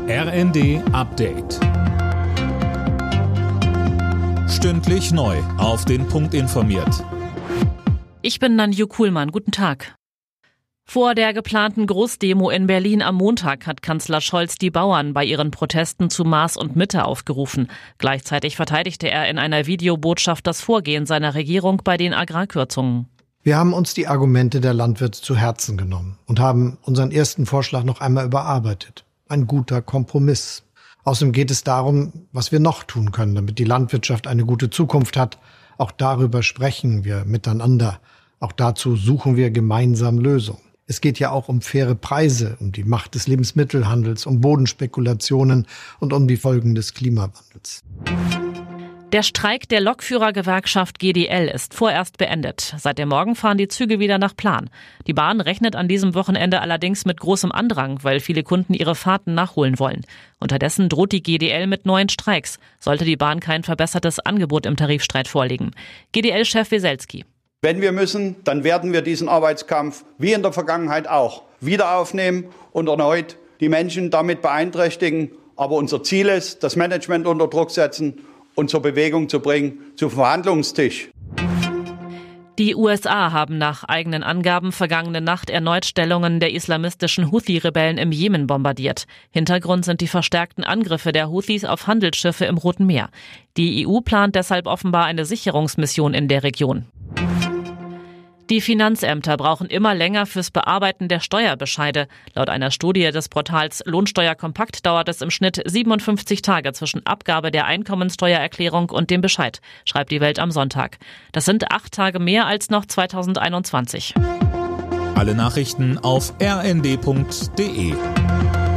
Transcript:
RND Update. Stündlich neu auf den Punkt informiert. Ich bin Nanju Kuhlmann. Guten Tag. Vor der geplanten Großdemo in Berlin am Montag hat Kanzler Scholz die Bauern bei ihren Protesten zu Maß und Mitte aufgerufen. Gleichzeitig verteidigte er in einer Videobotschaft das Vorgehen seiner Regierung bei den Agrarkürzungen. Wir haben uns die Argumente der Landwirte zu Herzen genommen und haben unseren ersten Vorschlag noch einmal überarbeitet. Ein guter Kompromiss. Außerdem geht es darum, was wir noch tun können, damit die Landwirtschaft eine gute Zukunft hat. Auch darüber sprechen wir miteinander. Auch dazu suchen wir gemeinsam Lösungen. Es geht ja auch um faire Preise, um die Macht des Lebensmittelhandels, um Bodenspekulationen und um die Folgen des Klimawandels. Der Streik der Lokführergewerkschaft GDL ist vorerst beendet. Seit dem Morgen fahren die Züge wieder nach Plan. Die Bahn rechnet an diesem Wochenende allerdings mit großem Andrang, weil viele Kunden ihre Fahrten nachholen wollen. Unterdessen droht die GDL mit neuen Streiks, sollte die Bahn kein verbessertes Angebot im Tarifstreit vorlegen. GDL-Chef Weselski. Wenn wir müssen, dann werden wir diesen Arbeitskampf, wie in der Vergangenheit auch, wieder aufnehmen und erneut die Menschen damit beeinträchtigen. Aber unser Ziel ist, das Management unter Druck setzen und zur Bewegung zu bringen, zum Verhandlungstisch. Die USA haben nach eigenen Angaben vergangene Nacht erneut Stellungen der islamistischen Houthi-Rebellen im Jemen bombardiert. Hintergrund sind die verstärkten Angriffe der Houthis auf Handelsschiffe im Roten Meer. Die EU plant deshalb offenbar eine Sicherungsmission in der Region. Die Finanzämter brauchen immer länger fürs Bearbeiten der Steuerbescheide. Laut einer Studie des Portals Lohnsteuerkompakt dauert es im Schnitt 57 Tage zwischen Abgabe der Einkommensteuererklärung und dem Bescheid, schreibt die Welt am Sonntag. Das sind 8 Tage mehr als noch 2021. Alle Nachrichten auf rnd.de.